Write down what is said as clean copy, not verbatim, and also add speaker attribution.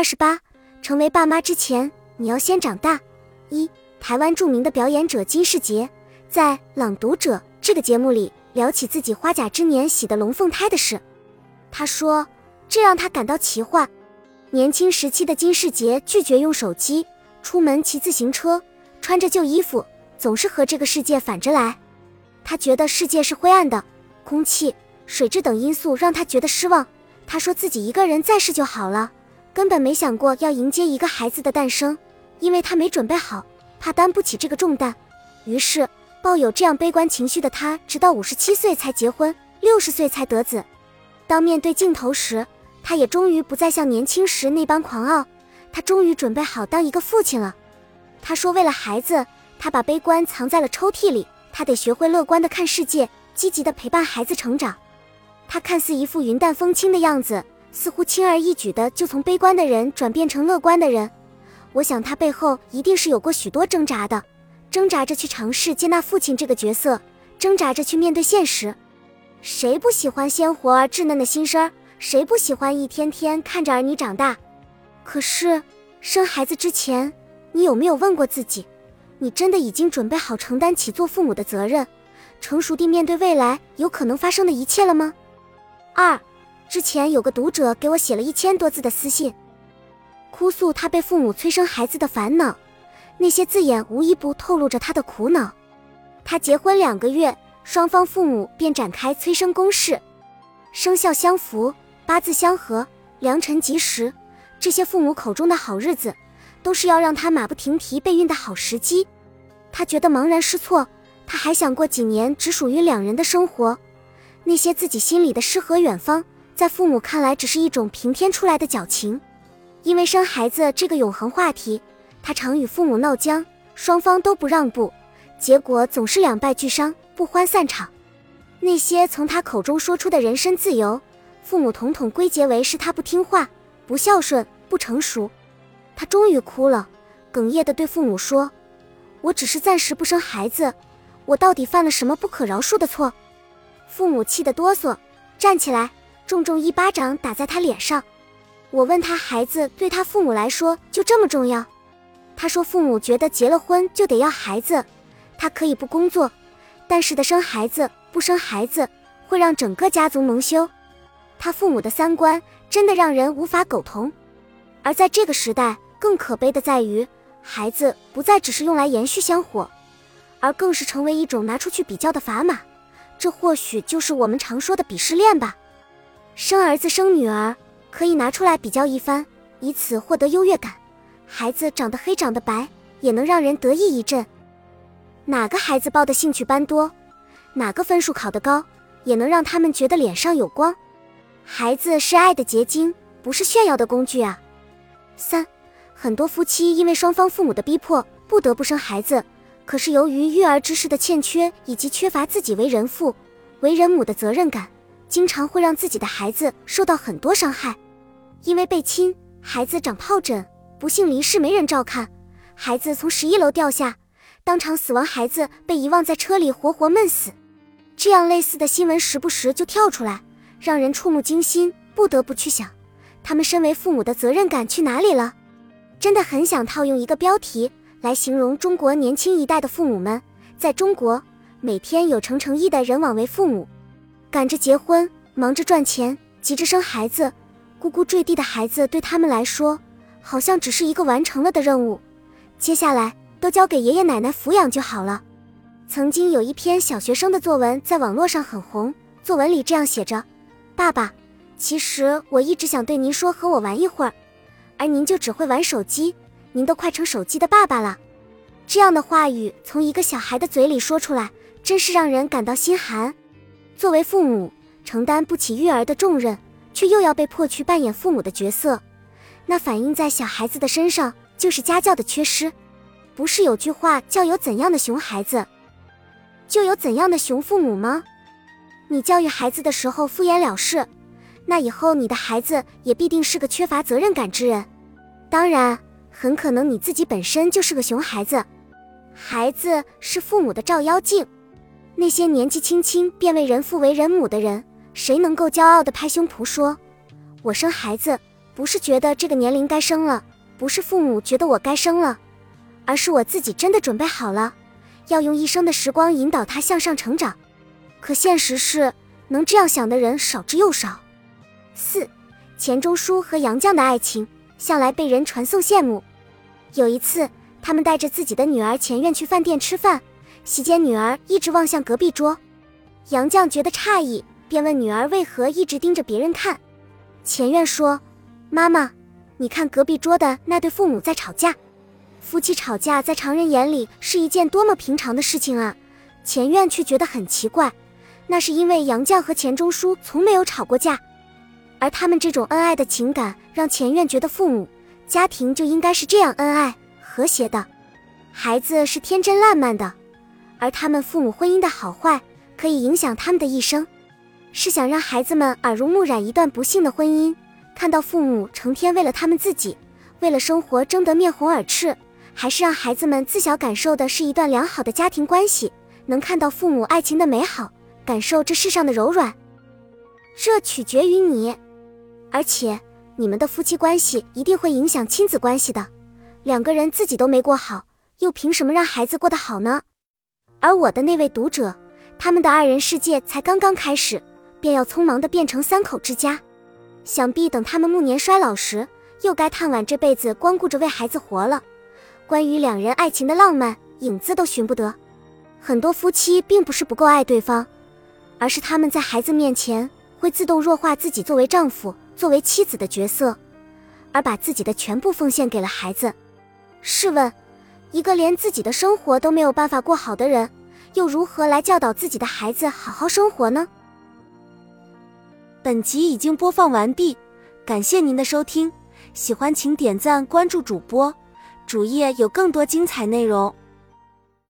Speaker 1: 28，成为爸妈之前，你要先长大。台湾著名的表演者金士杰在《朗读者》这个节目里聊起自己花甲之年洗的龙凤胎的事。他说，这让他感到奇幻。年轻时期的金士杰拒绝用手机，出门骑自行车，穿着旧衣服，总是和这个世界反着来。他觉得世界是灰暗的，空气、水质等因素让他觉得失望。他说自己一个人在世就好了，根本没想过要迎接一个孩子的诞生，因为他没准备好，怕担不起这个重担。于是抱有这样悲观情绪的他，直到57岁才结婚，60岁才得子。当面对镜头时，他也终于不再像年轻时那般狂傲，他终于准备好当一个父亲了。他说为了孩子，他把悲观藏在了抽屉里，他得学会乐观地看世界，积极地陪伴孩子成长。他看似一副云淡风轻的样子，似乎轻而易举地就从悲观的人转变成乐观的人。我想他背后一定是有过许多挣扎的，挣扎着去尝试接纳父亲这个角色，挣扎着去面对现实。谁不喜欢鲜活而稚嫩的新生儿？谁不喜欢一天天看着儿女长大？可是生孩子之前，你有没有问过自己，你真的已经准备好承担起做父母的责任，成熟地面对未来有可能发生的一切了吗？2，之前有个读者给我写了1000多字的私信，哭诉他被父母催生孩子的烦恼，那些字眼无一不透露着他的苦恼。他结婚2个月，双方父母便展开催生攻势，生肖相符，八字相合，良辰吉时，这些父母口中的好日子，都是要让他马不停蹄备孕的好时机。他觉得茫然失措，他还想过几年只属于2人的生活，那些自己心里的诗和远方，在父母看来只是一种平添出来的矫情。因为生孩子这个永恒话题，他常与父母闹僵，双方都不让步，结果总是两败俱伤，不欢散场。那些从他口中说出的人身自由，父母统统归结为是他不听话、不孝顺、不成熟。他终于哭了，哽咽地对父母说，我只是暂时不生孩子，我到底犯了什么不可饶恕的错？父母气得哆嗦，站起来重重一巴掌打在他脸上。我问他，孩子对他父母来说就这么重要？他说父母觉得结了婚就得要孩子，他可以不工作，但是的生孩子不生孩子会让整个家族蒙羞。他父母的三观真的让人无法苟同。而在这个时代，更可悲的在于，孩子不再只是用来延续香火，而更是成为一种拿出去比较的砝码。这或许就是我们常说的鄙视链吧。生儿子生女儿可以拿出来比较一番，以此获得优越感。孩子长得黑长得白也能让人得意一阵。哪个孩子报的兴趣班多，哪个分数考得高，也能让他们觉得脸上有光。孩子是爱的结晶，不是炫耀的工具啊。3，很多夫妻因为双方父母的逼迫不得不生孩子，可是由于育儿知识的欠缺以及缺乏自己为人父为人母的责任感，经常会让自己的孩子受到很多伤害。因为被亲，孩子长疱疹，不幸离世没人照看，孩子从11楼掉下，当场死亡，孩子被遗忘在车里活活闷死。这样类似的新闻时不时就跳出来，让人触目惊心，不得不去想，他们身为父母的责任感去哪里了？真的很想套用一个标题来形容中国年轻一代的父母们，在中国，每天有成亿的人枉为父母，赶着结婚，忙着赚钱，急着生孩子，咕咕坠地的孩子对他们来说，好像只是一个完成了的任务，接下来都交给爷爷奶奶抚养就好了。曾经有一篇小学生的作文在网络上很红，作文里这样写着，爸爸，其实我一直想对您说和我玩一会儿，而您就只会玩手机，您都快成手机的爸爸了。这样的话语从一个小孩的嘴里说出来，真是让人感到心寒。作为父母，承担不起育儿的重任，却又要被迫去扮演父母的角色，那反映在小孩子的身上就是家教的缺失。不是有句话叫有怎样的熊孩子，就有怎样的熊父母吗？你教育孩子的时候敷衍了事，那以后你的孩子也必定是个缺乏责任感之人。当然，很可能你自己本身就是个熊孩子。孩子是父母的照妖镜，那些年纪轻轻便为人父为人母的人，谁能够骄傲地拍胸脯说，我生孩子不是觉得这个年龄该生了，不是父母觉得我该生了，而是我自己真的准备好了，要用一生的时光引导他向上成长。可现实是，能这样想的人少之又少。4. 钱钟书和杨绛的爱情向来被人传颂羡慕。有一次，他们带着自己的女儿钱院去饭店吃饭，席间女儿一直望向隔壁桌，杨绛觉得诧异，便问女儿为何一直盯着别人看。钱院说：妈妈，你看隔壁桌的那对父母在吵架。夫妻吵架在常人眼里是一件多么平常的事情啊，钱院却觉得很奇怪，那是因为杨绛和钱钟书从没有吵过架，而他们这种恩爱的情感让钱院觉得父母家庭就应该是这样恩爱和谐的，孩子是天真烂漫的，而他们父母婚姻的好坏可以影响他们的一生。是想让孩子们耳濡目染一段不幸的婚姻，看到父母成天为了他们自己，为了生活争得面红耳赤，还是让孩子们自小感受的是一段良好的家庭关系，能看到父母爱情的美好，感受这世上的柔软？这取决于你，而且你们的夫妻关系一定会影响亲子关系的，两个人自己都没过好，又凭什么让孩子过得好呢？而我的那位读者，他们的二人世界才刚刚开始，便要匆忙地变成三口之家，想必等他们暮年衰老时，又该叹惋这辈子光顾着为孩子活了，关于两人爱情的浪漫影子都寻不得。很多夫妻并不是不够爱对方，而是他们在孩子面前会自动弱化自己作为丈夫、作为妻子的角色，而把自己的全部奉献给了孩子。试问，一个连自己的生活都没有办法过好的人，又如何来教导自己的孩子好好生活呢？
Speaker 2: 本集已经播放完毕，感谢您的收听，喜欢请点赞关注主播，主页有更多精彩内容。